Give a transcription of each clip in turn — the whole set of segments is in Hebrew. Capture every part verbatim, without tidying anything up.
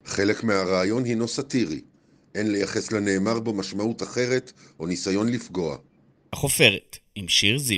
חלק מהרעיון הינו סאטירי. אין לייחס לנאמר בו משמעות אחרת או ניסיון לפגוע. החופרת, עם שיר זיו.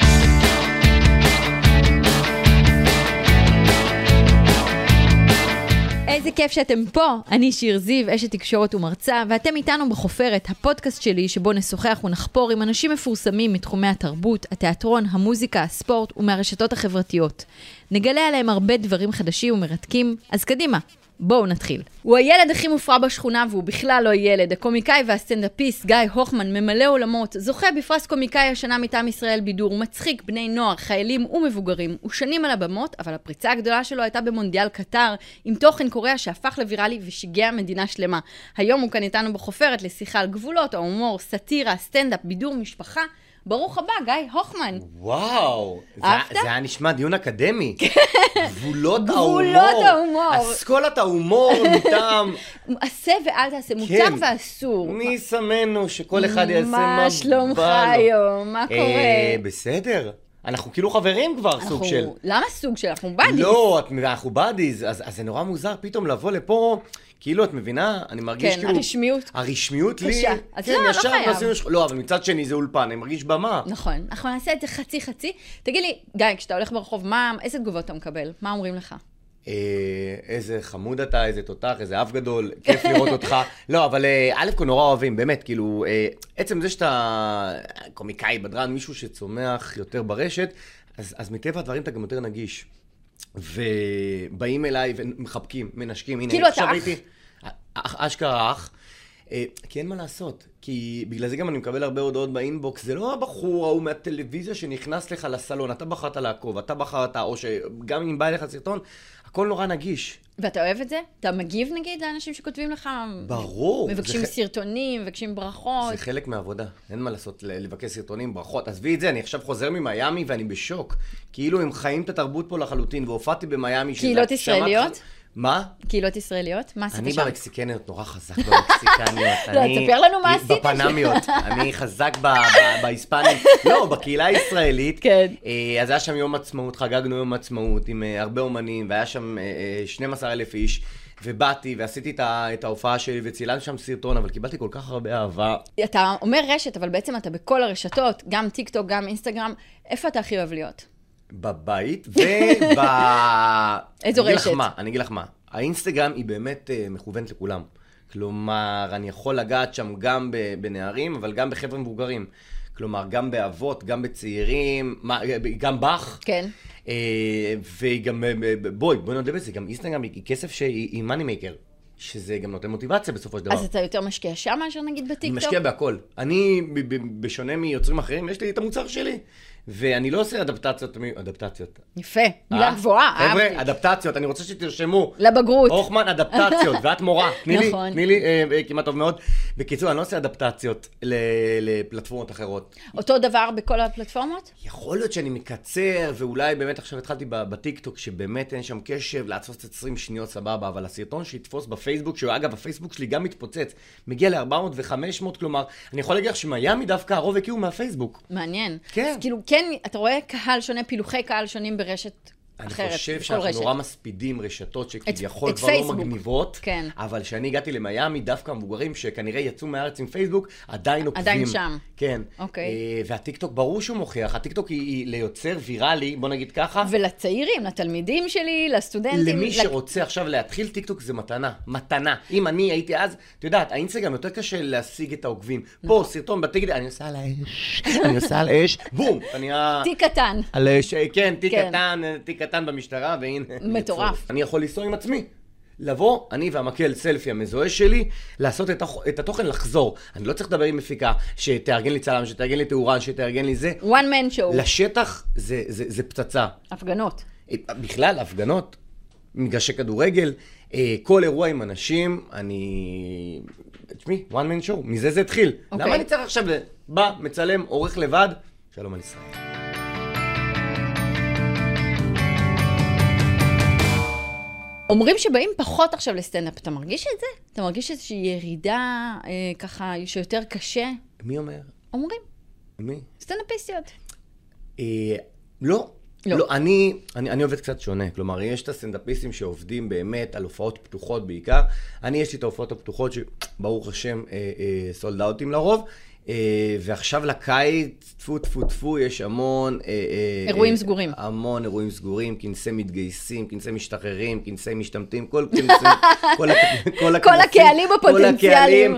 איזה כיף שאתם פה. אני שיר זיו, אשת תקשורת ומרצה, ואתם איתנו בחופרת, הפודקאסט שלי שבו נשוחח ונחפור עם אנשים מפורסמים מתחומי התרבות, התיאטרון, המוזיקה, הספורט ומהרשתות החברתיות. נגלה עליהם הרבה דברים חדשים ומרתקים, אז קדימה. בואו נתחיל. הוא הילד הכי מופרע בשכונה והוא בכלל לא ילד. הקומיקאי והסטנדאפיסט גיא הוחמן ממלא עולמות, זוכה בפרס קומיקאי השנה מטעם ישראל בידור, מצחיק בני נוער, חיילים ומבוגרים. הוא שנים על הבמות, אבל הפריצה הגדולה שלו הייתה במונדיאל קטר, עם תוכן קוריאה שהפך לוויראלי ושיגע מדינה שלמה. היום הוא כאן איתנו בחופרת לשיחה על גבולות, ההומור, סאטירה, סטנדאפ, בידור, משפחה. ברוך הבא, גיא הוחמן. וואו, זה, זה היה נשמע דיון אקדמי. גבולות גבולות ההומור. אסכולת ההומור מטעם. עשה ואל תעשה, מותר כן. ואסור. מי שמנו שכל אחד יעשה מה בא לו. מה שלומך היום? מה קורה? אה, בסדר. אנחנו כאילו חברים כבר, אנחנו... סוג של... למה סוג של? אנחנו בדיז. לא, אנחנו בדיז, אז, אז זה נורא מוזר פתאום לבוא לפה... כאילו, את מבינה? אני מרגיש כן, כאילו... הרשמיות. הרשמיות קשה. לי... אז כן, לא, ישר לא חייב. ועשינו... לא, אבל מצד שני זה אולפן, אני מרגיש במה. נכון. אנחנו נעשה את זה חצי חצי. תגיד לי, גיא, כשאתה הולך ברחוב, מה, איזה תגובות אתה מקבל? מה אומרים לך? אה, איזה חמוד אתה, איזה תותח, איזה אף גדול, כיף לראות אותך. לא, אבל א' כה נורא אוהבים, באמת, כאילו, אה, עצם זה שאתה קומיקאי, בדרן, מישהו שצומח יותר ברשת, אז, אז מטבע הדברים אתה גם יותר נגיש. ובאים אליי ומחבקים, מנשקים. הנה, כאילו אתה הייתי... אשכרה אח, כי אין מה לעשות, כי בגלל זה גם אני מקבל הרבה הודעות באינבוקס, זה לא הבחור ההוא מהטלוויזיה שנכנס לך לסלון, אתה בחרת לעקוב, אתה בחרת, או שגם אם בא אליך סרטון, הכל נורא נגיש. ואתה אוהב את זה? אתה מגיב נגיד לאנשים שכותבים לך? ברור. מבקשים זה... סרטונים, מבקשים ברכות. זה חלק מהעבודה, אין מה לעשות, לבקש סרטונים, ברכות. עזבי את זה, אני עכשיו חוזר ממיימי ואני בשוק, כאילו הם חיים את התרבות פה לחלוטין, והופעתי במיימי. קהילות ישראליות? מה? קהילות ישראליות? מה עשית שם? אני במקסיקניות נורא חזק במקסיקניות. לא, תספר לנו מה עשית. בפנמיות. אני חזק בהיספנים. לא, בקהילה הישראלית. כן. אז היה שם יום עצמאות, חגגנו יום עצמאות עם הרבה אומנים, והיה שם שנים עשר אלף איש, ובאתי ועשיתי את ההופעה שלי וצילמתי שם סרטון, אבל קיבלתי כל כך הרבה אהבה. אתה אומר רשת, אבל בעצם אתה בכל הרשתות, גם טיק טוק, גם אינסטגרם. איפה אתה הכי אוהב להיות? בבית וב... איזו רשת? אני אגיד לך מה, האינסטגרם היא באמת מכוונת לכולם. כלומר, אני יכול לגעת שם גם בנערים, אבל גם בחבר'ה מבוגרים. כלומר, גם באבות, גם בצעירים, גם בך. כן. וגם, בואי, בואי נודה בזה, גם אינסטגרם היא כסף שהיא מאני מייקר. שזה גם נותן מוטיבציה בסופו של דבר. אז אתה יותר משקיע שם מאשר נגיד בטיקטוק? אני משקיע בהכל. אני, בשונה מיוצרים אחרים, יש לי את המוצר שלי. ואני לא עושה אדפטציות, אדפטציות. יפה, מילה גבוהה, אהבתי. חבר'ה, אדפטציות, אני רוצה שתרשמו. לבגרות. הוחמן, אדפטציות, ואת מורה. תני לי, נכון. תני לי, כמעט טוב מאוד. בקיצור, אני לא עושה אדפטציות לפלטפורמות אחרות. אותו דבר בכל הפלטפורמות? יכול להיות שאני מקצר, ואולי באמת עכשיו התחלתי בטיקטוק, שבאמת אין שם קשב, לעצוץ עשרים שניות סבבה, אבל הסרטון שיתפוס בפייסבוק, שאגב, הפייסבוק שלי גם מתפוצץ, מגיע ל-ארבע מאות וחמש מאות, כלומר, אני יכול להגיד לך שמיימי דווקא הרוב הגיעו מהפייסבוק. מעניין. כן. אז כאילו, כן, אתה רואה קהל שונה, פילוחי קהל שונים ברשת אחרת. אני חושב שאנחנו רשת. נורא מספידים רשתות שכביכול את כבר לא פייסבוק. מגניבות, כן. אבל כשאני הגעתי למיימי, דווקא המבוגרים שכנראה יצאו מהארץ עם פייסבוק, עדיין עוקבים. עדיין שם. כן. אוקיי. אה, והטיקטוק ברור שהוא מוכיח, הטיקטוק היא, היא ליוצר ויראלי, בוא נגיד ככה. ולצעירים, לתלמידים שלי, לסטודנטים. למי לק... שרוצה עכשיו להתחיל טיקטוק זה מתנה, מתנה. אם אני הייתי אז, אתה יודעת, האינסטגרם יותר קשה להשיג את העוקבים. פה, סרטון בטיקטוק, אני עושה על האש, אני עושה על האש, בום, אני נהיה... תיק קטן. על אש, כן, תיק כן. קטן, תיק קטן במשטרה, והנה... מטורף. אני יכול לנסוע עם עצמי. לבוא, אני והמקל סלפי המזוהה שלי, לעשות את, התוכ... את התוכן לחזור. אני לא צריך לדבר עם מפיקה, שתארגן לי צלם, שתארגן לי תאורן, שתארגן לי זה. one man show. לשטח זה, זה, זה פצצה. הפגנות. בכלל, הפגנות, מגרשי כדורגל, כל אירוע עם אנשים, אני... תשמעי, one man show, מזה זה התחיל. Okay. למה אני צריך עכשיו בא, מצלם, עורך לבד? שלום על ישראל. אומרים שבאים פחות עכשיו לסטנדאפ, אתה מרגיש את זה? אתה מרגיש איזושהי ירידה אה, ככה שיותר קשה? מי אומר? אומרים. מי? סטנדאפיסטיות. אה, לא, לא. לא, אני, אני, אני עובד קצת שונה. כלומר, יש את הסטנדאפיסטים שעובדים באמת על הופעות פתוחות בעיקר. אני, יש לי את ההופעות הפתוחות שברוך השם סולד אאוטים לרוב. ועכשיו לקיץ, תפו תפו תפו, יש המון... אירועים סגורים. המון אירועים סגורים, כנסי מתגייסים, כנסי משתחררים, כנסי משתמטים, כל כנסי... כל הקהלים הפוטנציאליים.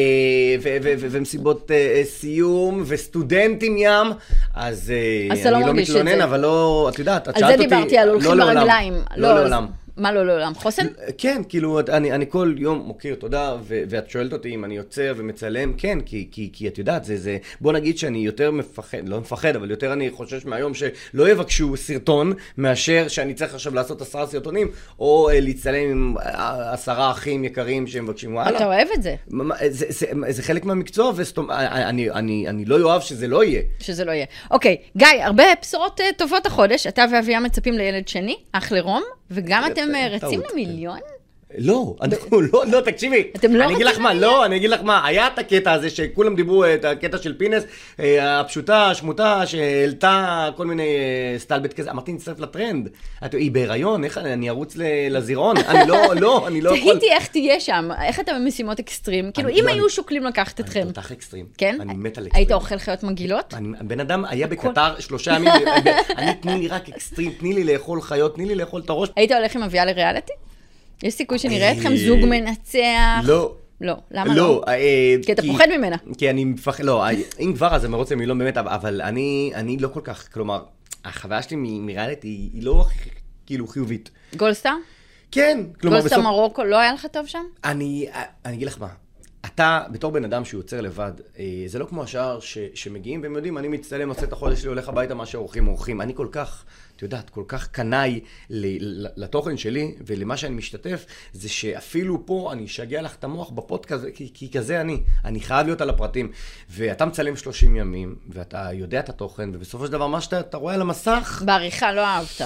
ומסיבות סיום, וסטודנטים ים, אז אני לא מתלונן, אבל לא... את יודעת, את שאלת אותי... על זה דיברתי, על הולכים ברגליים. לא לעולם. מה לא לעולם? חוסן? כן, כאילו, אני, אני כל יום מוקיר תודה, ו- ואת שואלת אותי אם אני יוצר ומצלם, כן, כי, כי, כי את יודעת, זה, זה, בוא נגיד שאני יותר מפחד, לא מפחד, אבל יותר אני חושש מהיום שלא יבקשו סרטון, מאשר שאני צריך עכשיו לעשות עשרה סרטונים, או אה, להצטלם עם עשרה אחים יקרים שהם מבקשים, וואלה. אתה אוהב את זה? זה, זה, זה, זה חלק מהמקצוע, וסתום, אני, אני, אני לא אוהב שזה לא יהיה. שזה לא יהיה. אוקיי, גיא, הרבה בשורות טובות החודש, אתה ואביה מצפים לילד שני, אח לרום, וגם אתם רצים למיליון? לא, אנחנו לא, לא, תקשיבי. אתם לא אני אגיד לך מה, לא, אני אגיד לך מה, היה את הקטע הזה שכולם דיברו את הקטע של פינס, הפשוטה, השמוטה, שהעלתה כל מיני סטלבט כזה, אמרתי, נצטרף לטרנד. היא בהיריון, איך אני ארוץ לזירון? אני לא, לא, אני לא יכול... תהיתי איך תהיה שם, איך אתה במשימות אקסטרים? כאילו, אם היו שוקלים לקחת אתכם. אני תותח אקסטרים. כן? אני מת על אקסטרים. היית אוכל חיות מגעילות? בן אדם היה בקטר שלושה ימים, אני תני לי רק אקסטרים, תני לי לאכול חיות, תני לי לאכול את הראש. היית הולך עם אביה לריאליטי? יש סיכוי שנראה אתכם זוג מנצח? לא. לא, למה לא? לא? כי אתה פוחד ממנה. כי אני מפחד, לא, אם כבר אז המרוץ למילון באמת, אבל אני לא כל כך, כלומר, החוויה שלי מריאליטי היא לא כאילו חיובית. גולדסטאר? כן, כלומר בסוף... גולדסטאר מרוקו, לא היה לך טוב שם? אני אגיד לך מה. אתה, בתור בן אדם שהוא יוצר לבד, זה לא כמו השאר שמגיעים והם יודעים, אני מצטלם, עושה את החודש שלי, הולך הביתה מה שאורחים אורחים. אני כל כך, אתה יודעת, כל כך קנאי לתוכן שלי ולמה שאני משתתף, זה שאפילו פה אני אשגע לך את המוח בפודקאסט, כי, כי כזה אני. אני חייב להיות על הפרטים. ואתה מצלם שלושים ימים, ואתה יודע את התוכן, ובסופו של דבר מה שאתה רואה על המסך... בעריכה לא אהבת.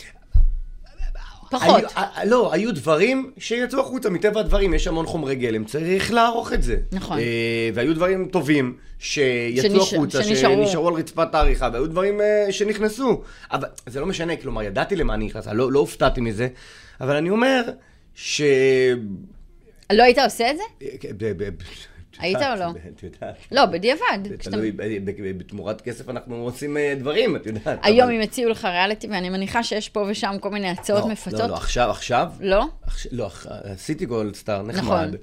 פחות. היו, לא, היו דברים שיצאו החוצה, מטבע הדברים, יש המון חומרי גלם, צריך לערוך את זה. נכון. אה, והיו דברים טובים שיצאו שנש... החוצה, שנשארו. שנשארו על רצפת העריכה, והיו דברים אה, שנכנסו. אבל זה לא משנה, כלומר, ידעתי למה אני נכנס, לא, לא הופתעתי מזה, אבל אני אומר ש... לא היית עושה את זה? היית או לא? את יודעת. לא, בדיעבד. תלוי, בתמורת כסף אנחנו עושים דברים, את יודעת. היום הם הציעו לך ריאליטי, ואני מניחה שיש פה ושם כל מיני הצעות מפתות. לא, לא, עכשיו, עכשיו. לא? לא, עשיתי גולדסטאר, נחמד.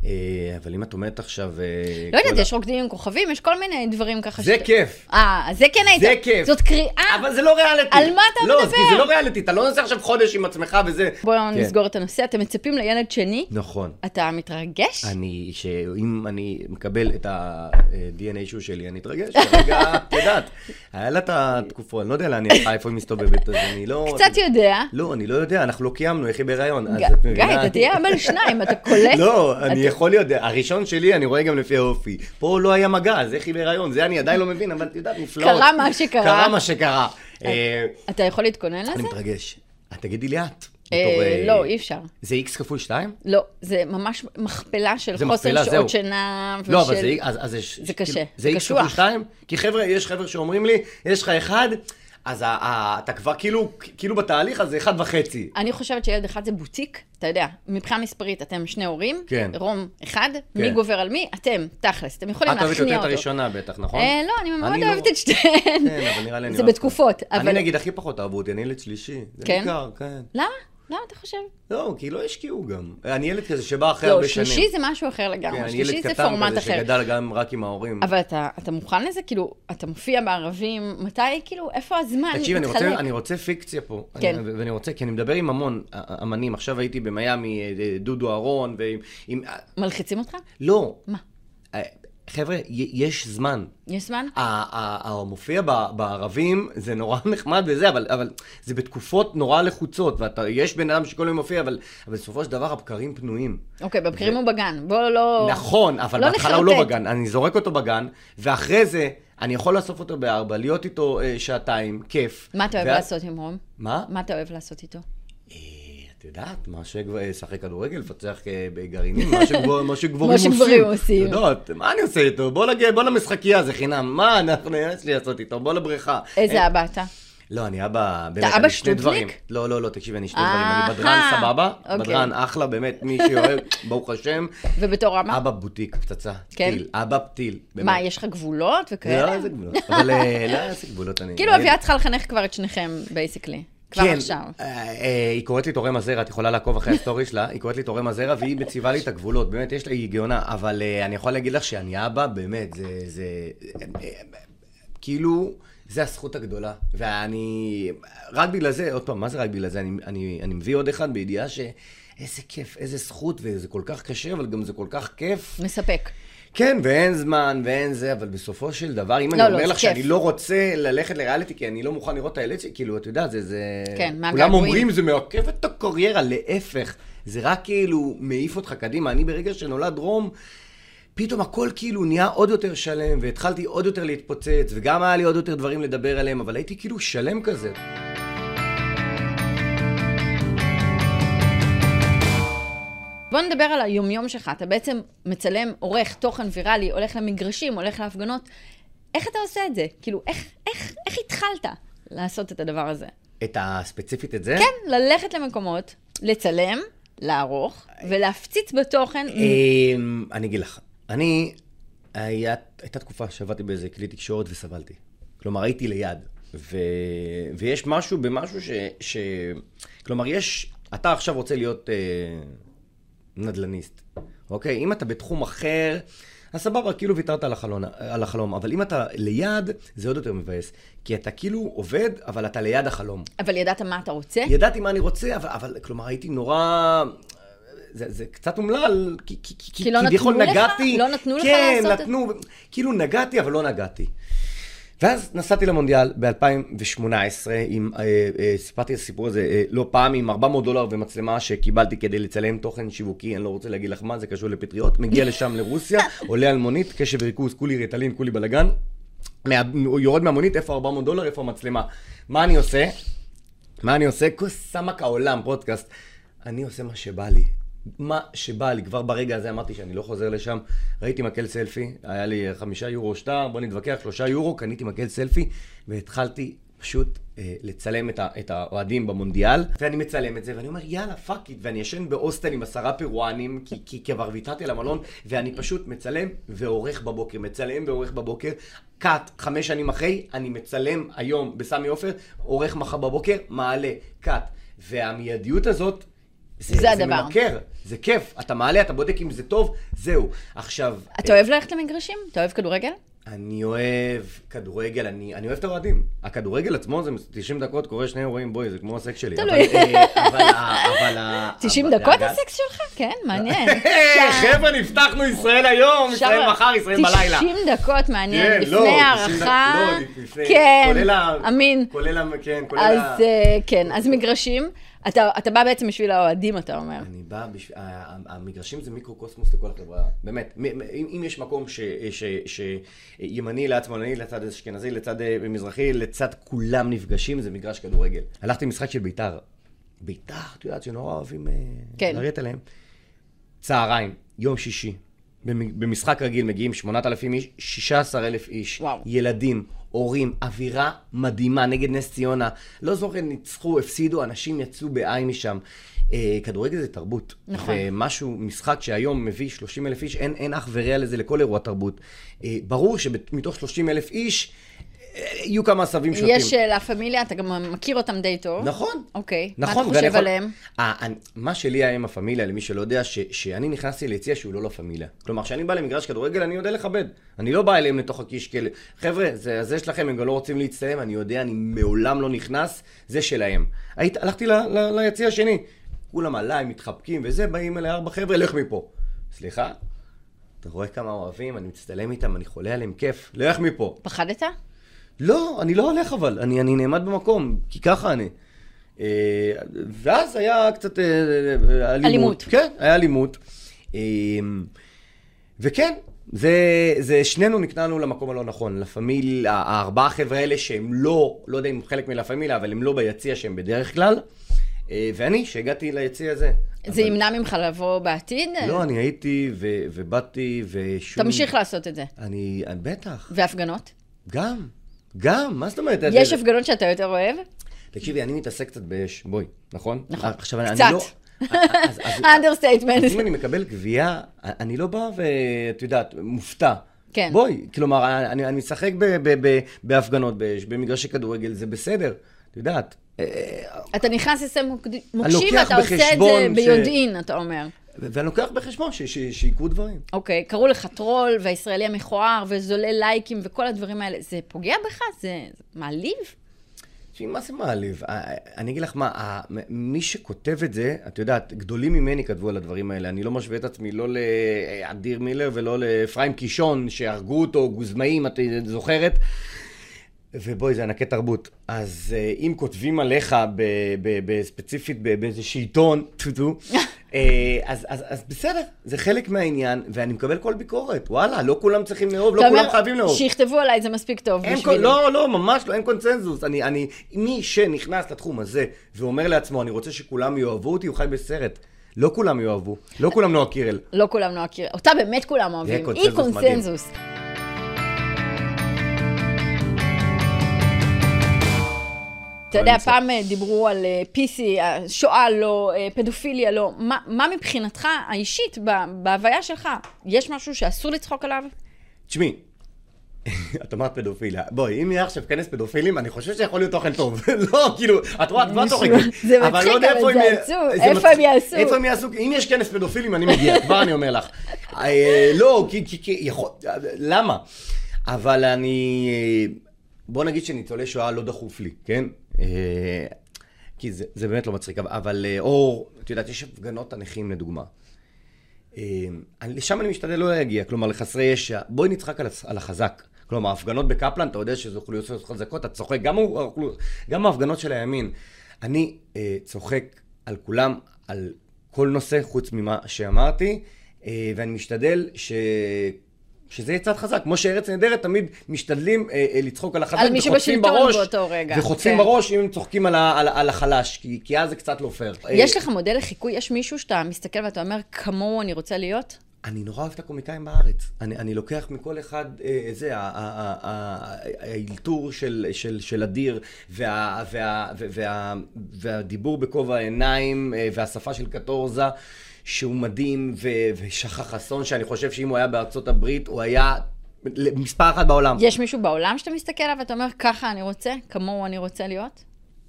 אבל אם את אומרת עכשיו... לא יודעת, יש רוקדים עם כוכבים, יש כל מיני דברים ככה... זה כיף. אה, זה כן היית. זה כיף. זאת קריאה. אבל זה לא ריאליטי. על מה אתה מדבר? לא, כי זה לא ריאליטי, אתה לא נוסע עכשיו חודש עם עצמך וזה... בואו נסגור את הנושא, אתם מצפים לילד שני? נכון. אתה מתרגש? אני, שאם אני מקבל את ה-די אן איי שו שלי, אני אתרגש. רגע, את יודעת, היה לה את התקופו, אני לא יודע לאן היא איפה היא מסתובבת, אז אני לא... קצת יודע. לא, אני לא יודע, אנחנו לא קיימנו, איך היא בהיריון. גיא, אתה תהיה אבל שניים, אתה קולט? לא, אני יכול להיות, הראשון שלי אני רואה גם לפי האופי. פה לא היה מגע, אז איך היא בהיריון, זה אני עדיין לא מבין, אבל את יודעת, נפלאות. קרה מה שקרה. קרה מה שקרה. אתה יכול להתכונן לזה? אני מתרגש. תגידי לי את. לא, אי אפשר. זה איקס כפול שתיים? לא, זה ממש מכפלה של חוסר שעות שינה ושל... לא, אבל זה קשה. זה איקס כפול שתיים? כי חבר'ה, יש חבר'ה שאומרים לי, יש לך אחד, אז אתה כבר כאילו בתהליך, אז זה אחד וחצי. אני חושבת שילד אחד זה בוטיק, אתה יודע, מבחינה מספרית אתם שני הורים, כן. רום אחד, מי גובר על מי? אתם, תכלס, אתם יכולים להכניע אותו. את אוהבת יותר את הראשונה בטח, נכון? לא, אני מאוד אוהבת את שתיהן. כן, אבל נראה לי אני זה בתקופות. אני נגיד הכי פחות אהבו אותי, אני ילד שלישי. זה ניכר, כן. למה? למה אתה חושב? לא, כי לא השקיעו גם. אני ילד כזה שבא אחרי הרבה שנים. לא, שלישי זה משהו אחר לגמרי. שלישי זה פורמט אחר. שגדל גם רק עם ההורים. אבל אתה מוכן לזה? כאילו, אתה מופיע בערבים, מתי, כאילו, איפה הזמן מתחלק? תקשיב, אני רוצה פיקציה פה. כן. ואני רוצה, כי אני מדבר עם המון אמנים. עכשיו הייתי במיימי, דודו אהרון, ועם... מלחיצים אותך? לא. מה? חבר'ה, יש זמן. יש זמן? המופיע בערבים זה נורא נחמד וזה, אבל זה בתקופות נורא לחוצות, ויש בן אדם שכל יום מופיע, אבל בסופו של דבר הבקרים פנויים. אוקיי, בבקרים הוא בגן, בוא לא... נכון, אבל בהתחלה הוא לא בגן, אני זורק אותו בגן, ואחרי זה אני יכול לאסוף אותו בארבע, להיות איתו שעתיים, כיף. מה אתה אוהב לעשות עם רום? מה? מה אתה אוהב לעשות איתו? את יודעת, מה ששחק כדורגל, לפצח בגרעינים, מה שגבורים עושים. מה שגברים עושים. את יודעת, מה אני עושה איתו? בוא למשחקייה, זה חינם. מה אנחנו, יש לי לעשות איתו? בוא לבריכה. איזה אבא אתה? לא, אני אבא, באמת, אבא אני שני דברים. שטודניק? לא, לא, לא, תקשיבי, אני שני אה, דברים. אני בדרן אה, סבבה, אוקיי. בדרן אחלה, באמת, מי שאוהב, ברוך השם. ובתור אבא? אבא בוטיק, פצצה. כן? טיל, אבא פתיל, באמת. מה, יש לך גבולות וכאלה? לא, איזה גבולות. אבל אה, לא, איזה גבולות אני... כאילו אביה צריכה לחנך כבר את שניכם, בייסיקלי. כבר כן, עכשיו. אה, אה, היא קוראת לי תורם הזרע, את יכולה לעקוב אחרי הסטורי שלה, היא קוראת לי תורם הזרע והיא מציבה לי את הגבולות, באמת, יש לה, היא גאונה, אבל אה, אני יכול להגיד לך שאני אבא, באמת, זה, זה, אה, כאילו, זה הזכות הגדולה, ואני, רק בגלל זה, עוד פעם, מה זה רק בגלל זה? אני, אני, אני מביא עוד אחד בידיעה ש... איזה כיף, איזה זכות, וזה כל כך קשה, אבל גם זה כל כך כיף. מספק. כן, ואין זמן, ואין זה, אבל בסופו של דבר, אם לא, אני לא, אומר זה לך כיף. שאני לא רוצה ללכת לריאליטי, כי אני לא מוכן לראות את הילד שלי, כאילו, אתה יודע, זה, זה... כן, מה כולם הגעגועים? אומרים, זה מעכב את הקריירה, להפך. זה רק כאילו מעיף אותך קדימה. אני ברגע שנולד רום, פתאום הכל כאילו נהיה עוד יותר שלם, והתחלתי עוד יותר להתפוצץ, וגם היה לי עוד יותר דברים לדבר עליהם, אבל הייתי כאילו שלם כזה. בוא נדבר על היומיום שלך. אתה בעצם מצלם, עורך תוכן ויראלי, הולך למגרשים, הולך להפגנות. איך אתה עושה את זה? כאילו, איך, איך, איך התחלת לעשות את הדבר הזה? את הספציפית את זה? כן, ללכת למקומות, לצלם, לערוך, ולהפציץ בתוכן. אמ, אני אגיד לך, אני, היה- הייתה תקופה שעבדתי באיזה כלי תקשורת וסבלתי. כלומר, הייתי ליד. ו... ויש משהו במשהו ש... ש... כלומר, יש... אתה עכשיו רוצה להיות אה, נדלניסט, אוקיי? אם אתה בתחום אחר, אז סבבה, כאילו ויתרת על החלום, על החלום. אבל אם אתה ליד, זה עוד יותר מבאס. כי אתה כאילו עובד, אבל אתה ליד החלום. אבל ידעת מה אתה רוצה? ידעתי מה אני רוצה, אבל, אבל כלומר, הייתי נורא... זה, זה קצת אומלל, כי, כי, כי, כי לא כביכול נתנו לך? נגעתי. לא נתנו לך כן, לעשות את זה? נתנו, כאילו נגעתי, אבל לא נגעתי. ואז נסעתי למונדיאל ב-אלפיים שמונה עשרה, עם, אה, אה, סיפרתי את הסיפור הזה אה, לא פעם, עם ארבע מאות דולר ומצלמה שקיבלתי כדי לצלם תוכן שיווקי, אני לא רוצה להגיד לך מה, זה קשור לפטריות, מגיע לשם לרוסיה, עולה על מונית, קשב וריכוז, כולי ריטלין, כולי בלגן, מה, יורד מהמונית, איפה ארבע מאות דולר, איפה המצלמה? מה אני עושה? מה אני עושה? כוס סמק העולם, פודקאסט. אני עושה מה שבא לי. מה שבא לי, כבר ברגע הזה אמרתי שאני לא חוזר לשם, ראיתי מקל סלפי, היה לי חמישה יורו שטר, בוא נתווכח, שלושה יורו, קניתי מקל סלפי, והתחלתי פשוט אה, לצלם את, ה, את האוהדים במונדיאל, ואני מצלם את זה, ואני אומר, יאללה, פאק איט, ואני ישן בהוסטל עם עשרה פירואנים, כי, כי כבר ויתרתי על המלון, ואני פשוט מצלם ועורך בבוקר, מצלם ועורך בבוקר, קאט, חמש שנים אחרי, אני מצלם היום בסמי עופר, עורך מחר בבוקר, מעלה, קאט, והמיידיות הזאת, זה, זה זה הדבר. ממכר, זה כיף, אתה מעלה, אתה בודק אם זה טוב, זהו. עכשיו... אתה אוהב ללכת למגרשים? אתה אוהב כדורגל? אני אוהב כדורגל, אני, אני אוהב את האוהדים. הכדורגל עצמו זה תשעים דקות, קורה שני אירועים, בואי, זה כמו הסקס שלי. תלוי. אבל, אה, אבל, אבל, אבל... תשעים אבל- דקות אבל- הסקס שלך? כן, מעניין. חבר'ה, נפתחנו ישראל היום, ישראל מחר, ישראל בלילה. תשעים דקות מעניין, כן, לא, לפני תשעים הערכה. דקות, לא, לפני- כן, כולל ה- אמין. כולל ה... כן, כולל ה... אז אה, כן, אז מגרשים. אתה אתה בא בעצם בשביל האוהדים, אתה אומר. אני בא, בשביל, המגרשים זה מיקרו-קוסמוס לכל החברה, באמת. מ- מ- אם אם יש מקום ש- ש- שימני לצד שמאלני, לצד אשכנזי, לצד אה, מזרחי, לצד כולם נפגשים, זה מגרש כדורגל. הלכתי למשחק של ביתר. ביתר, את יודעת שנורא אוהבים אה, כן. לרדת עליהם. צהריים, יום שישי. במ- במשחק רגיל מגיעים שמונת אלפים איש, שישה עשר אלף איש. וואו. ילדים, הורים, אווירה מדהימה נגד נס ציונה. לא זוכר, ניצחו, הפסידו, אנשים יצאו בעין משם. אה, כדורגל זה תרבות. נכון. ומשהו, משחק שהיום מביא שלושים אלף איש, אין, אין אח ורע לזה לכל אירוע תרבות. אה, ברור שמתוך שלושים אלף איש, אה, יהיו כמה סבים שוטים. יש אה, לה פמיליה, אתה גם מכיר אותם די טוב. נכון. אוקיי. נכון. מה אתה ואני חושב יכול- עליהם? אה, אני- מה שלי היה עם הפמיליה, למי שלא יודע, ש, שאני נכנסתי ליציע שהוא לא לפמיליה. כלומר, כשאני בא למגרש כדורגל, אני יודע לכבד. אני לא בא אליהם לתוך הכיש כאלה. חבר'ה, זה, זה שלכם, הם גם לא רוצים להצטלם, אני יודע, אני מעולם לא נכנס, זה שלהם. היית, הלכתי ל, ל, ליציע השני. כולם עליי, מתחבקים וזה, באים אליי ארבע חבר'ה, לך מפה. סליחה? אתה רואה כמה אוהבים, אני מצטלם איתם, אני חולה עליהם, כיף. לך מפה. פחדת? לא, אני לא הולך אבל, אני, אני נעמד במקום, כי ככה אני. אה, ואז היה קצת אה, אה, אלימות. אלימות. כן, היה אלימות. אה, וכן, זה, זה שנינו נקנענו למקום הלא נכון, לפמיל, הארבעה חבר'ה האלה שהם לא, לא יודע אם חלק מלה פמיליה, אבל הם לא ביציע שהם בדרך כלל. אה, ואני, שהגעתי ליציע הזה. זה אבל... ימנע ממך לבוא בעתיד? לא, אני הייתי ו- ובאתי ושום... תמשיך לעשות את זה. אני, בטח. והפגנות? גם, גם, מה זאת אומרת? יש הפגנות שאתה יותר אוהב? תקשיבי, אני מתעסק קצת באש, בואי, נכון? נכון, עכשיו, אני קצת. לא... אנדרסטייטמנט. אם אני מקבל גבייה, אני לא בא ואת יודעת, מופתע. כן. בואי, כלומר, אני, אני משחק ב, ב, ב, בהפגנות באש, במגרשי כדורגל, זה בסדר, את יודעת. אתה נכנס לסם מוקשים ואתה עושה את זה ביודעין, אתה אומר. ואני לוקח בחשבון שיקרו דברים. אוקיי, קראו לך טרול והישראלי המכוער וזולל לייקים וכל הדברים האלה, זה פוגע בך? זה מעליב? מה זה מעליב? אני אגיד לך מה, מי שכותב את זה, את יודעת, גדולים ממני כתבו על הדברים האלה. אני לא משווה את עצמי לא לאדיר מילר ולא לאפרים קישון, שהרגו אותו, גוזמאים, את זוכרת? ובואי, זה ענקי תרבות. אז אם כותבים עליך בספציפית באיזה שעיתון, אז, אז, אז בסדר, זה חלק מהעניין, ואני מקבל כל ביקורת. וואלה, לא כולם צריכים לאהוב, לא כולם חייבים לאהוב. שיכתבו עליי, זה מספיק טוב בשבילי. לא, לא, ממש לא, אין קונצנזוס. אני, אני, מי שנכנס לתחום הזה ואומר לעצמו, אני רוצה שכולם יאהבו אותי, הוא חי בסרט. לא כולם יאהבו, לא כולם נועה קירל. לא כולם נועה קירל. אותה באמת כולם אוהבים. אי קונצנזוס. אתה יודע, פעם דיברו על פי סי, שואה לא, פדופיליה לא. מה, מה מבחינתך האישית, בהוויה שלך, יש משהו שאסור לצחוק עליו? תשמעי, את אומרת פדופיליה. בואי, אם יהיה עכשיו כנס פדופילים, אני חושב שיכול להיות תוכן טוב. לא, כאילו, את רואה, את מה צוחקת? זה מצחיק, אבל זה עצוב. איפה הם יעשו? איפה הם יעשו? אם יש כנס פדופילים, אני מגיע, כבר אני אומר לך. לא, כי, יכול, למה? אבל אני, בוא נגיד שניצולי שואה לא דחוף לי, כן? כי זה, זה באמת לא מצחיק, אבל אור, את יודעת, יש הפגנות הנכים לדוגמה. לשם אני משתדל לא להגיע, כלומר לחסרי ישע, בואי נצחק על, על החזק. כלומר, ההפגנות בקפלן, אתה יודע שזה אוכלוסיות חזקות, אתה צוחק, גם, גם ההפגנות של הימין. אני אה, צוחק על כולם, על כל נושא חוץ ממה שאמרתי, אה, ואני משתדל ש... שזה יהיה צד חזק, כמו שארץ נהדרת, תמיד משתדלים אה, אה, לצחוק על החזק, על מי שבשלטון באותו רגע. וחוצים כן. בראש אם הם צוחקים על, ה, על, על החלש, כי, כי אז זה קצת לא פייר. יש לך מודל לחיקוי? יש מישהו שאתה מסתכל ואתה אומר, כמוהו אני רוצה להיות? אני נורא אוהב את הקומיקאים בארץ. אני, אני לוקח מכל אחד, אה, זה, האילתור של, של, של אדיר, וה, וה, וה, וה, והדיבור בכובע העיניים, והשפה של קטורזה, שהוא מדהים, ושחר חסון, שאני חושב שאם הוא היה בארצות הברית, הוא היה מספר אחד בעולם. יש מישהו בעולם שאתה מסתכל עליו ואתה אומר, ככה אני רוצה, כמוהו אני רוצה להיות?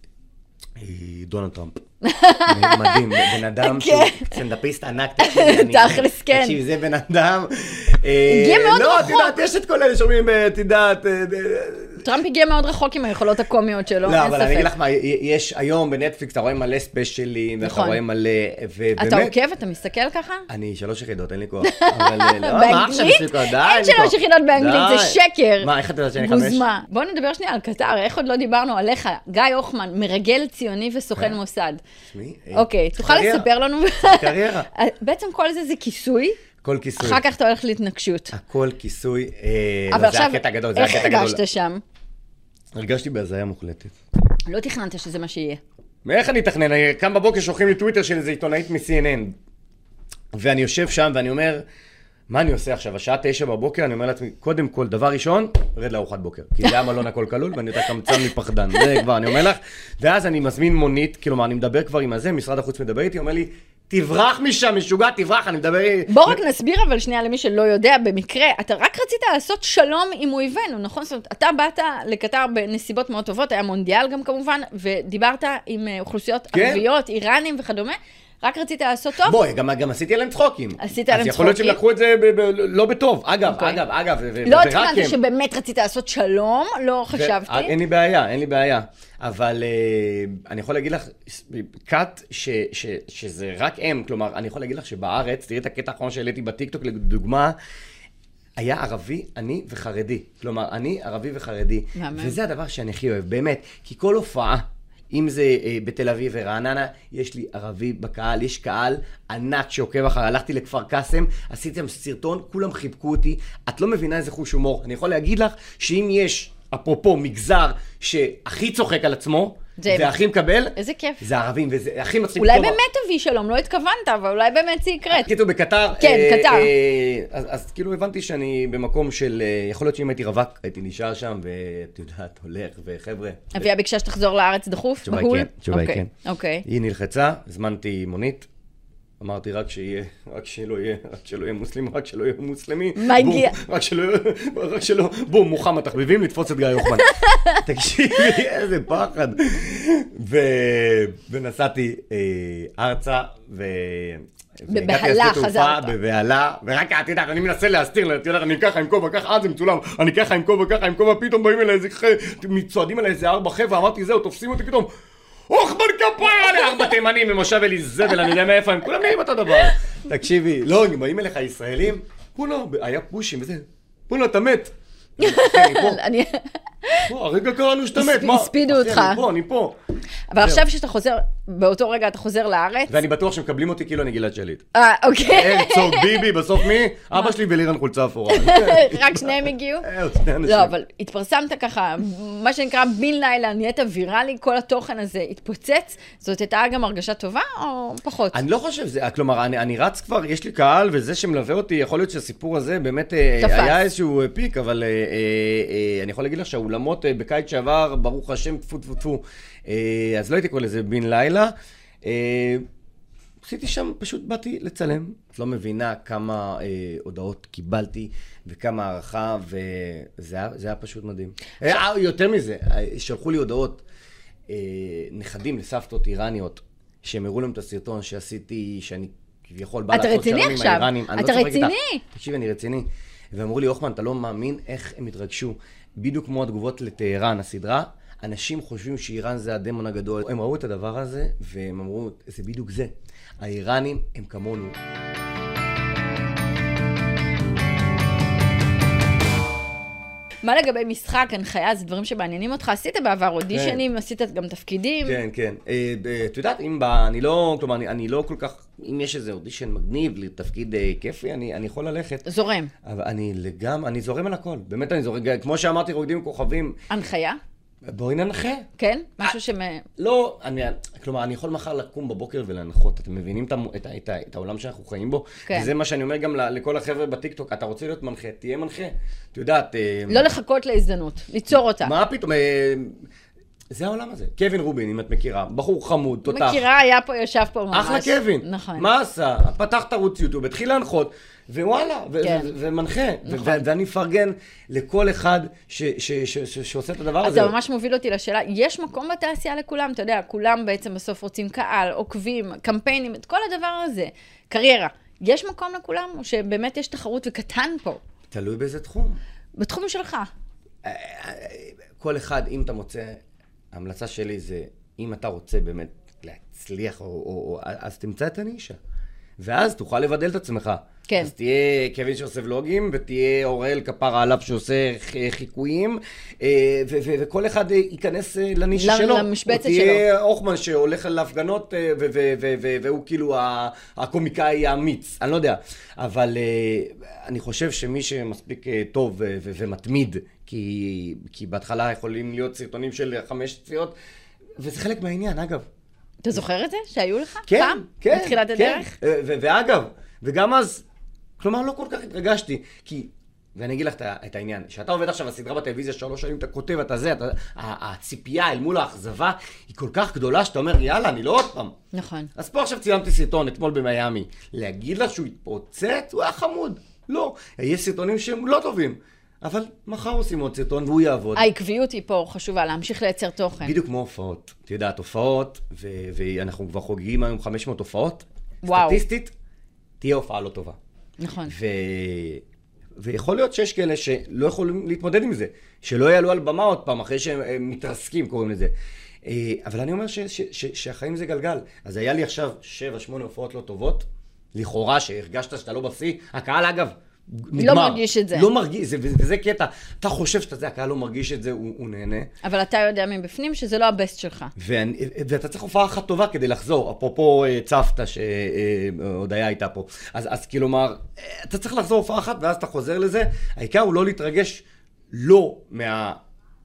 דונלד טראמפ. מדהים, בן אדם שהוא סטנדאפיסט ענק, תכלס, כן. תקשיב, זה בן אדם... הגיע מאוד רחוק. לא, את יודעת, יש את כל אלה שאומרים, את יודעת... טראמפ הגיע מאוד רחוק עם היכולות הקומיות שלו, אין ספק. לא, אבל אני אגיד לך מה, יש היום בנטפליקס, אתה רואה מלא ספיישלים, ואתה רואה מלא... אתה עוקב, אתה מסתכל ככה? אני שלוש יחידות, אין לי כוח. באנגלית? אין שלוש יחידות באנגלית, זה שקר. מה, איך אתה יודעת שאני חמש? בוזמה. בוא נדבר שנייה על קטר, איך עוד לא דיברנו עליך, גיא הוחמן, מרגל ציוני וסוכן מוסד. אוקיי, תוכל לספר לנו? קריירה. בעצם כל זה זה כיסוי. כל כיסוי. אחר כך אתה הולך להתנגשות. הכל כיסוי. אבל עכשיו, איך הרגשת שם? הרגשתי בהזיה מוחלטת. לא תכננת שזה מה שיהיה. מאיך אני תכנן? אני קם בבוקר שולחים לי טוויטר של איזה עיתונאית מ-סי אן אן. ואני יושב שם ואני אומר, מה אני עושה עכשיו? השעה תשע בבוקר, אני אומר לעצמי, קודם כל, דבר ראשון, רד לארוחת בוקר. כי זה היה מלון הכל כלול, ואני יותר קמצן מפחדן. זה כבר, אני אומר לך. ואז אני מזמין מונית, כלומר, אני מדבר כבר עם הזה, משרד החוץ מדבר איתי, אומר לי, תברח משם, משוגע, תברח, אני מדבר... בוא רק נסביר אבל שנייה למי שלא יודע, במקרה, אתה רק רצית לעשות שלום עם אויבינו, נכון? זאת אומרת, אתה באת לקטר בנסיבות מאוד טובות, היה מונדיאל גם כמובן, ודיברת עם אוכלוסיות ערביות, איראנים וכדומה, רק רצית לעשות טוב? בואי, גם, גם עשיתי עליהם צחוקים. עשית עליהם צחוקים? אז יכול להיות שהם לקחו את זה ב- ב- לא בטוב. אגב, okay. אגב, אגב, ו- לא ורק הם. לא התכננתי שבאמת רצית לעשות שלום, לא חשבתי. ו- אין לי בעיה, אין לי בעיה. אבל uh, אני יכול להגיד לך, קאט, ש- ש- שזה רק הם, כלומר, אני יכול להגיד לך שבארץ, תראי את הקטע האחרון שהעליתי בטיקטוק, לדוגמה, היה ערבי, אני וחרדי. כלומר, אני ערבי וחרדי. מאמן. וזה הדבר שאני הכי אוהב, באמת. כי כל הופעה, אם זה אה, בתל אביב ורעננה, יש לי ערבי בקהל, יש קהל ענק שעוקב אחר, הלכתי לכפר קאסם, עשיתי שם סרטון, כולם חיבקו אותי, את לא מבינה איזה חוש הומור. אני יכול להגיד לך שאם יש, אפרופו, מגזר שהכי צוחק על עצמו, והכי מקבל, איזה כיף. זה ערבים, וזה הכי מצחיק. אולי באמת תביא שלום, לא התכוונת, אבל אולי באמת זה יקרה. כאילו בקטר, כן, קטר. אז כאילו הבנתי שאני במקום של, יכול להיות שאם הייתי רווק, הייתי נשאר שם, ואת יודעת, הולך, וחבר'ה. אביה ביקשה שתחזור לארץ דחוף? תשובה היא כן, תשובה היא כן. אוקיי. היא נלחצה, הזמנתי מונית. אמרתי רק שיהיה, רק שלא יהיה, רק שלא יהיה מוסלמי, רק שלא יהיה מוסלמי. מה הגיע? רק שלא, רק שלא, בום, מוחמד תחביבים, לתפוץ את גיא יוחמן. תקשיבי, איזה פחד. ונסעתי ארצה, ו... בבהלה חזרת. בבהלה, ורק את יודעת, אני מנסה להסתיר, את יודעת, אני ככה עם כובע, ככה, אז זה מצולם, אני ככה עם כובע, ככה עם כובע, פתאום באים אליי איזה, מצועדים אליי איזה ארבע חבר'ה, אמרתי זהו, תופסים אותי פתאום. אוחמן כפרה עלי, ארבע תימנים ממושב אליזבל, אני יודע מאיפה הם, כולם נראים את הדבר. תקשיבי, לא, אם באים אליך ישראלים, בוא'נה, היה פושים וזה, בוא'נה, אתה מת. אני... פה, הרגע קראנו שאתה מת, מה? הספידו אותך. אני פה, אני פה. אבל עכשיו שאתה חוזר, באותו רגע אתה חוזר לארץ. ואני בטוח שמקבלים אותי כאילו אני גלעד שליט. אה, אוקיי. צוק ביבי, בסוף מי? אבא שלי ולירן חולצה אפורה. רק שניהם הגיעו? שני אנשים. לא, אבל התפרסמת ככה, מה שנקרא בן לילה, נהיית ויראלי, כל התוכן הזה התפוצץ, זאת הייתה גם הרגשה טובה או פחות? אני לא חושב, כלומר, אני רץ כבר, יש לי קהל, וזה שמלווה אותי, יכול להיות שהסיפור הזה באמת היה איזשהו פיק, אבל אני יכול להגיד לך שהאולמות בקיץ שעבר, ברוך השם, טפו טפו טפו, אז לא הייתי קורא לזה בן לילה. עשיתי שם, פשוט באתי לצלם. את לא מבינה כמה הודעות קיבלתי וכמה הערכה, וזה היה פשוט מדהים. יותר מזה, שלחו לי הודעות נכדים לסבתות איראניות, שהם הראו להם את הסרטון שעשיתי, שאני כביכול בא לעשות שלום עם האיראנים. אתה רציני? תקשיב, אני רציני. ואמרו לי, אוחמן, אתה לא מאמין איך הם התרגשו. בדיוק כמו התגובות לטהרן, הסדרה, אנשים חושבים שאיראן זה הדמון הגדול. הם ראו את הדבר הזה, והם אמרו, זה בדיוק זה. האיראנים הם כמונו. מה לגבי משחק, הנחיה, זה דברים שמעניינים אותך? עשית בעבר אודישנים, עשית גם תפקידים? כן, כן. את יודעת, אני לא, כלומר, אני לא כל כך, אם יש איזה אודישן מגניב לתפקיד כיפי, אני יכול ללכת. זורם. אבל אני לגמרי, אני זורם על הכל. באמת אני זורם, כמו שאמרתי, רוקדים עם כוכבים. הנחיה? בואי ננחה. כן? משהו שמ... לא, אני, כלומר, אני יכול מחר לקום בבוקר ולהנחות. אתם מבינים את, את, את, את העולם שאנחנו חיים בו? כן. וזה מה שאני אומר גם לכל החבר'ה בטיקטוק. אתה רוצה להיות מנחה, תהיה מנחה. את יודעת... לא לחכות להזדמנות, ליצור אותה. מה פתאום? זה העולם הזה. קווין רובין, אם את מכירה, בחור חמוד, תותח. מכירה, היה פה, ישב פה ממש. אחלה קווין. נכון. מה עשה? פתח את ערוץ יוטיוב, התחיל להנחות, ווואלה, ומנחה. ואני מפרגן לכל אחד שעושה את הדבר הזה. אתה ממש מוביל אותי לשאלה, יש מקום בתעשייה לכולם? אתה יודע, כולם בעצם בסוף רוצים קהל, עוקבים, קמפיינים, את כל הדבר הזה. קריירה. יש מקום לכולם, או שבאמת יש תחרות וקטן פה? תלוי באיזה תחום. בתחום שלך. כל אחד, אם אתה מוצא... ההמלצה שלי זה, אם אתה רוצה באמת להצליח, או, או, או, אז תמצא את הנישה. ואז תוכל לבדל את עצמך. כן. אז תהיה קווין שעושה ולוגים, ותהיה אוראל כפרה עליו שעושה חיקויים, ו- ו- וכל אחד ייכנס לנישה שלו. למשבצת שלו. או תהיה אוחמן שהולך להפגנות, ו- ו- ו- ו- והוא כאילו הקומיקאי האמיץ. אני לא יודע. אבל אני חושב שמי שמספיק טוב ו- ו- ומתמיד, כי, כי בהתחלה יכולים להיות סרטונים של חמש צפיות, וזה חלק מהעניין, אגב. אתה זוכר את זה? שהיו לך? כן, פעם? כן. בתחילת הדרך? כן. ו- ואגב, וגם אז, כלומר, לא כל כך התרגשתי, כי, ואני אגיד לך את העניין, שאתה עובד עכשיו בסדרה בטלוויזיה שלוש שנים, אתה כותב, אתה זה, אתה, הציפייה אל מול האכזבה היא כל כך גדולה, שאתה אומר, יאללה, אני לא עוד פעם. נכון. אז פה עכשיו צילמתי סרטון, אתמול במיימי, להגיד לה שהוא התפוצץ, הוא היה חמוד. לא, יש סרטונים שהם לא טובים. אבל מחר עושים עוד סרטון והוא יעבוד. העקביות היא פה חשובה, להמשיך לייצר תוכן. בדיוק כמו הופעות. את יודעת, הופעות, ו- ואנחנו כבר חוגגים היום חמש מאות הופעות. וואו. סטטיסטית, תהיה הופעה לא טובה. נכון. ו... ויכול להיות שיש כאלה שלא יכולים להתמודד עם זה, שלא יעלו על במה עוד פעם, אחרי שהם מתרסקים, קוראים לזה. אבל אני אומר ש- ש- ש- שהחיים זה גלגל. אז היה לי עכשיו שבע, שמונה הופעות לא טובות, לכאורה שהרגשת שאתה לא בשיא. הקהל, אגב, נגמר. לא מרגיש את זה. לא מרגיש, זה, וזה קטע. אתה חושב שאתה זה, הקהל לא מרגיש את זה, הוא, הוא נהנה. אבל אתה יודע מבפנים שזה לא הבסט שלך. ואני, ואתה צריך הופעה אחת טובה כדי לחזור. אפרופו צפתה שעוד היה איתה פה. אז, אז כלומר, אתה צריך לחזור הופעה אחת ואז אתה חוזר לזה. העיקר הוא לא להתרגש לא מה...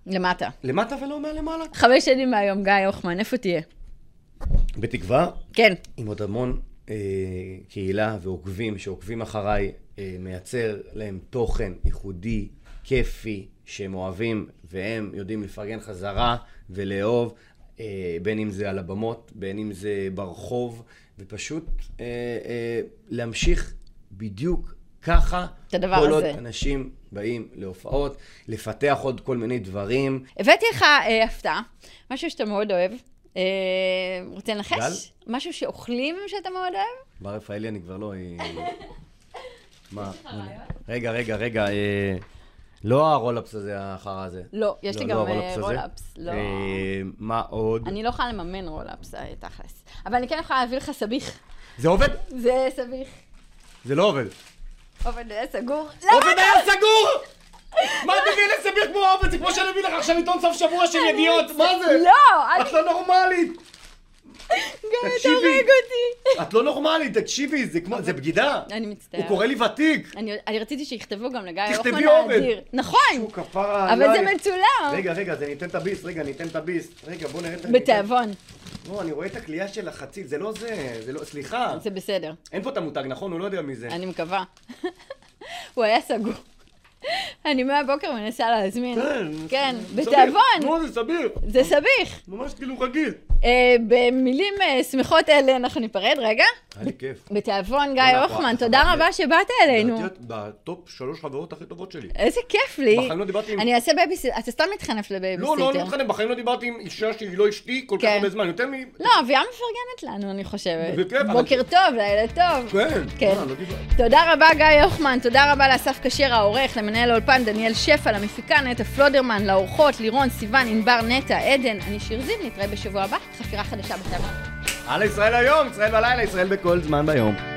למטה. למטה ולא מהלמעלה. חמש שנים מהיום, גיא הוחמן, איפה תהיה? בתקווה, כן. עם עוד המון אה, קהילה ועוקבים שעוקבים אחריי, אה, מייצר להם תוכן ייחודי, כיפי, שהם אוהבים, והם יודעים לפרגן חזרה ולאהוב, אה, בין אם זה על הבמות, בין אם זה ברחוב, ופשוט אה, אה, להמשיך בדיוק ככה, את הדבר כל הזה. עוד אנשים באים להופעות, לפתח עוד כל מיני דברים. הבאתי לך אה, הפתעה, משהו שאתה מאוד אוהב. אה, רוצה לנחש? גל? משהו שאוכלים שאתה מאוד אוהב? בר רפאלי אני כבר לא... אה, מה? רגע, רגע, רגע. אה, לא הרולאפס הזה, האחר הזה. לא, יש לי גם הרולאפס הזה. רולאפס. לא. אה, מה עוד? אני לא יכולה לממן רולאפס, אה, תכלס. אבל אני כן יכולה להביא לך סביך. זה עובד? זה סביך. זה לא עובד. עובד היה סגור. עובד היה סגור! מה תביא לסביר כמו עובד? זה כמו שאני אביא לך עכשיו עיתון סוף שבוע של ידיעות, מה זה? לא! את לא נורמלית! גם תקשיבי. תורג אותי. את לא נורמלית, תקשיבי, זה כמו, זה בגידה. אני מצטערת. הוא קורא לי ותיק. אני, אני רציתי שיכתבו גם לגיא תכתבי הוחמן עובד. האדיר. נכון! הוא כפרה אבל עליי. זה מצולם. רגע, רגע, זה ניתן את הביס, רגע, ניתן את הביס. רגע, בוא נראה את בתיאבון. לא, אני רואה את הקלייה של החציל, זה לא זה, זה לא, סליחה. זה בסדר. אין פה את המותג, נכון? הוא לא יודע מי זה. אני מקווה. הוא היה סגור. אני מהבוקר מנסה להזמין. כן, בתיאבון. נו, זה סביר. זה סביך. ממש כאילו רגיל. אה, במילים אה, שמחות אלה אנחנו ניפרד, רגע. היה לי כיף. בתיאבון גיא וואלה, הוחמן, וואלה, תודה וואלה. רבה שבאת אלינו. לדעתי את בטופ שלוש חברות הכי טובות שלי. איזה כיף לי. בחיים לא דיברתי עם... אני אעשה בייביסיטר, אתה סתם מתחנף לבייביסיטר. לא, לא, אני מתחנן, בחיים לא דיברתי עם אישה שהיא לא אשתי כל כך כן. הרבה זמן, יותר מ... לא, אביה מפרגנת לנו, אני חושבת. בכיף, בוקר אני- טוב, לילה טוב. כן. כן. אה, לא דיברתי. תודה רבה גיא הוחמן, תודה רבה לאסף כשר העורך, למנהל האולפן דניאל שפע, למפיקה נטע פלודרמן, לאורחות לירון, סיוון, ענבר, נטע, עדן, אני שיר זיו, נתראה בשבוע הבא, חפירה חדשה בתיאבון. על ישראל היום, ישראל בלילה, ישראל בכל זמן ביום.